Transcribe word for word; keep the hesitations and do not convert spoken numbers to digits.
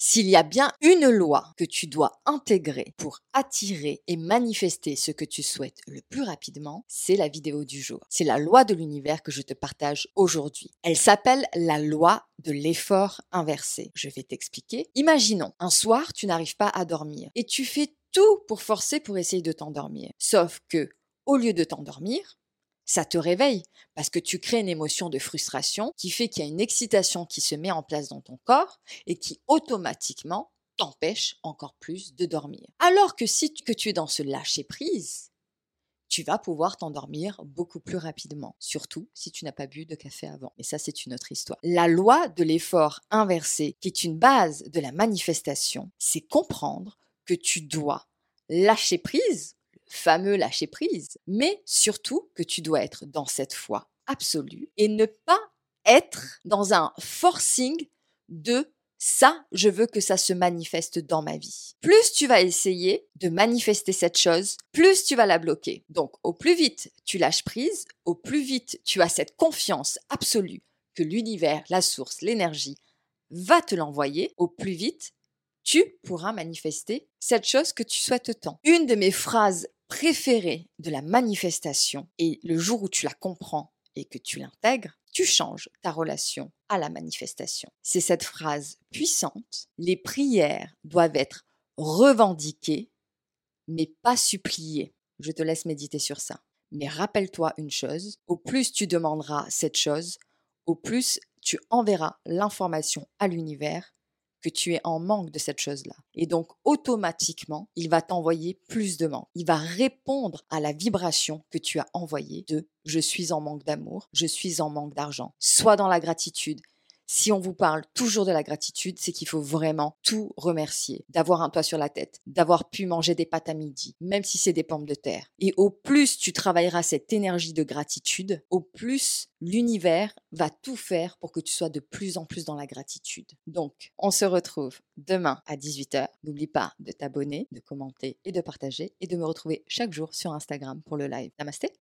S'il y a bien une loi que tu dois intégrer pour attirer et manifester ce que tu souhaites le plus rapidement, c'est la vidéo du jour. C'est la loi de l'univers que je te partage aujourd'hui. Elle s'appelle la loi de l'effort inversé. Je vais t'expliquer. Imaginons, un soir, tu n'arrives pas à dormir et tu fais tout pour forcer pour essayer de t'endormir. Sauf que, au lieu de t'endormir, ça te réveille parce que tu crées une émotion de frustration qui fait qu'il y a une excitation qui se met en place dans ton corps et qui automatiquement t'empêche encore plus de dormir. Alors que si tu, que tu es dans ce lâcher prise, tu vas pouvoir t'endormir beaucoup plus rapidement, surtout si tu n'as pas bu de café avant. Mais ça, c'est une autre histoire. La loi de l'effort inversé, qui est une base de la manifestation, c'est comprendre que tu dois lâcher prise, fameux lâcher prise, mais surtout que tu dois être dans cette foi absolue et ne pas être dans un forcing de ça, je veux que ça se manifeste dans ma vie. Plus tu vas essayer de manifester cette chose, plus tu vas la bloquer. Donc, au plus vite tu lâches prise, au plus vite tu as cette confiance absolue que l'univers, la source, l'énergie va te l'envoyer, au plus vite tu pourras manifester cette chose que tu souhaites tant. Une de mes phrases préférées de la manifestation, et le jour où tu la comprends et que tu l'intègres, tu changes ta relation à la manifestation. C'est cette phrase puissante: les prières doivent être revendiquées, mais pas suppliées. Je te laisse méditer sur ça. Mais rappelle-toi une chose, au plus tu demanderas cette chose, au plus tu enverras l'information à l'univers que tu es en manque de cette chose-là. Et donc, automatiquement, il va t'envoyer plus de manque. Il va répondre à la vibration que tu as envoyée de « je suis en manque d'amour, je suis en manque d'argent ». Sois dans la gratitude. Si on vous parle toujours de la gratitude, c'est qu'il faut vraiment tout remercier. D'avoir un toit sur la tête, d'avoir pu manger des pâtes à midi, même si c'est des pommes de terre. Et au plus tu travailleras cette énergie de gratitude, au plus l'univers va tout faire pour que tu sois de plus en plus dans la gratitude. Donc, on se retrouve demain à dix-huit heures. N'oublie pas de t'abonner, de commenter et de partager et de me retrouver chaque jour sur Instagram pour le live. Namasté!